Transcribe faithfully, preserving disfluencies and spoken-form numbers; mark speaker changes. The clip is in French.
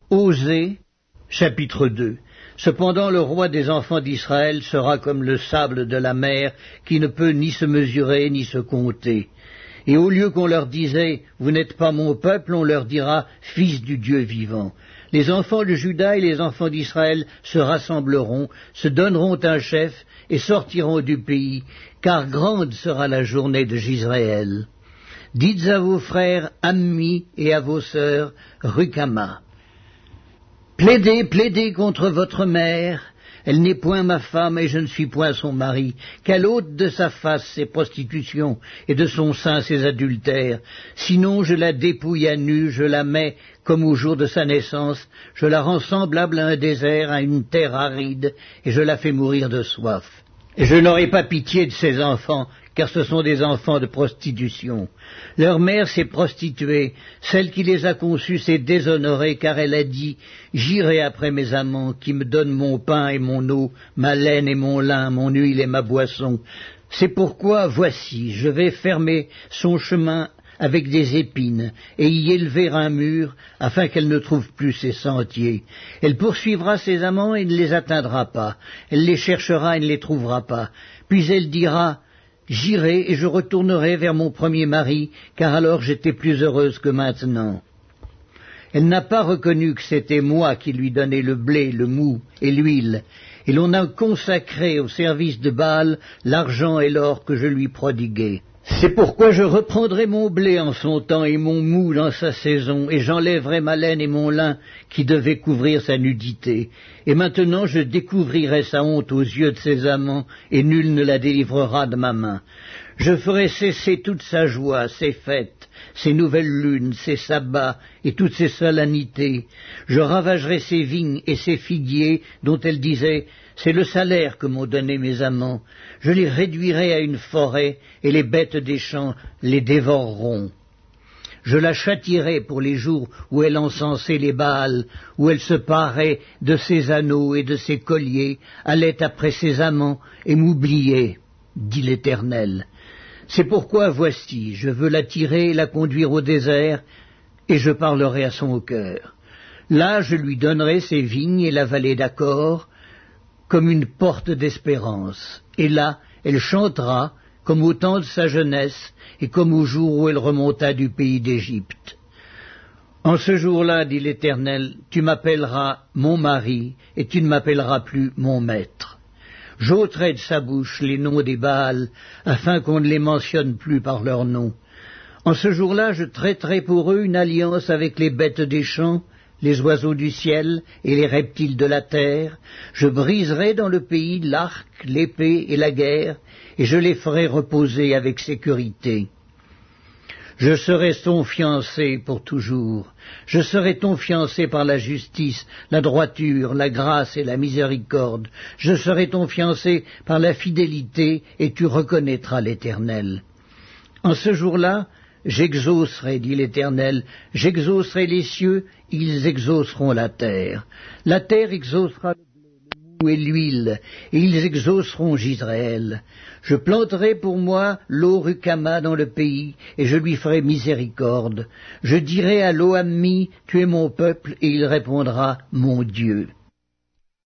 Speaker 1: Osée, chapitre deux. Cependant le roi des enfants d'Israël sera comme le sable de la mer, qui ne peut ni se mesurer ni se compter. Et au lieu qu'on leur disait « Vous n'êtes pas mon peuple », on leur dira « Fils du Dieu vivant ». Les enfants de Juda et les enfants d'Israël se rassembleront, se donneront un chef et sortiront du pays, car grande sera la journée de Jisraël. Dites à vos frères Ammi et à vos sœurs Rucama. Plaidez, plaidez contre votre mère, elle n'est point ma femme et je ne suis point son mari, qu'elle ôte de sa face ses prostitutions et de son sein ses adultères, sinon je la dépouille à nu, je la mets comme au jour de sa naissance, je la rends semblable à un désert, à une terre aride, et je la fais mourir de soif. Et je n'aurai pas pitié de ses enfants, car ce sont des enfants de prostitution. Leur mère s'est prostituée, celle qui les a conçus s'est déshonorée, car elle a dit « J'irai après mes amants, qui me donnent mon pain et mon eau, ma laine et mon lin, mon huile et ma boisson. C'est pourquoi, voici, je vais fermer son chemin avec des épines, et y élever un mur, afin qu'elle ne trouve plus ses sentiers. Elle poursuivra ses amants et ne les atteindra pas. Elle les cherchera et ne les trouvera pas. Puis elle dira « J'irai et je retournerai vers mon premier mari, car alors j'étais plus heureuse que maintenant. » Elle n'a pas reconnu que c'était moi qui lui donnais le blé, le mou et l'huile, et l'on a consacré au service de Baal l'argent et l'or que je lui prodiguais. C'est pourquoi je reprendrai mon blé en son temps et mon mou dans sa saison, et j'enlèverai ma laine et mon lin qui devaient couvrir sa nudité. Et maintenant je découvrirai sa honte aux yeux de ses amants, et nul ne la délivrera de ma main. Je ferai cesser toute sa joie, ses fêtes, ses nouvelles lunes, ses sabbats et toutes ses solennités. Je ravagerai ses vignes et ses figuiers dont elle disait « C'est le salaire que m'ont donné mes amants. Je les réduirai à une forêt et les bêtes des champs les dévoreront. Je la châtierai pour les jours où elle encensait les Baals, où elle se parait de ses anneaux et de ses colliers, allait après ses amants et m'oubliait, dit l'Éternel. C'est pourquoi, voici, je veux la tirer et la conduire au désert, et je parlerai à son cœur. Là, je lui donnerai ses vignes et la vallée d'Accor, comme une porte d'espérance. Et là, elle chantera, comme au temps de sa jeunesse, et comme au jour où elle remonta du pays d'Égypte. En ce jour-là, dit l'Éternel, tu m'appelleras mon mari, et tu ne m'appelleras plus mon maître. J'ôterai de sa bouche les noms des Baals, afin qu'on ne les mentionne plus par leur nom. En ce jour-là, je traiterai pour eux une alliance avec les bêtes des champs, les oiseaux du ciel et les reptiles de la terre. Je briserai dans le pays l'arc, l'épée et la guerre, et je les ferai reposer avec sécurité. Je serai ton fiancé pour toujours. Je serai ton fiancé par la justice, la droiture, la grâce et la miséricorde. Je serai ton fiancé par la fidélité, et tu reconnaîtras l'Éternel. En ce jour-là, j'exaucerai, dit l'Éternel, j'exaucerai les cieux, ils exauceront la terre. La terre exaucera le blé, le mou et l'huile, et ils exauceront Jisraël. Je planterai pour moi l'eau Rucama dans le pays, et je lui ferai miséricorde. Je dirai à l'eau Ammi, tu es mon peuple, et il répondra, mon Dieu.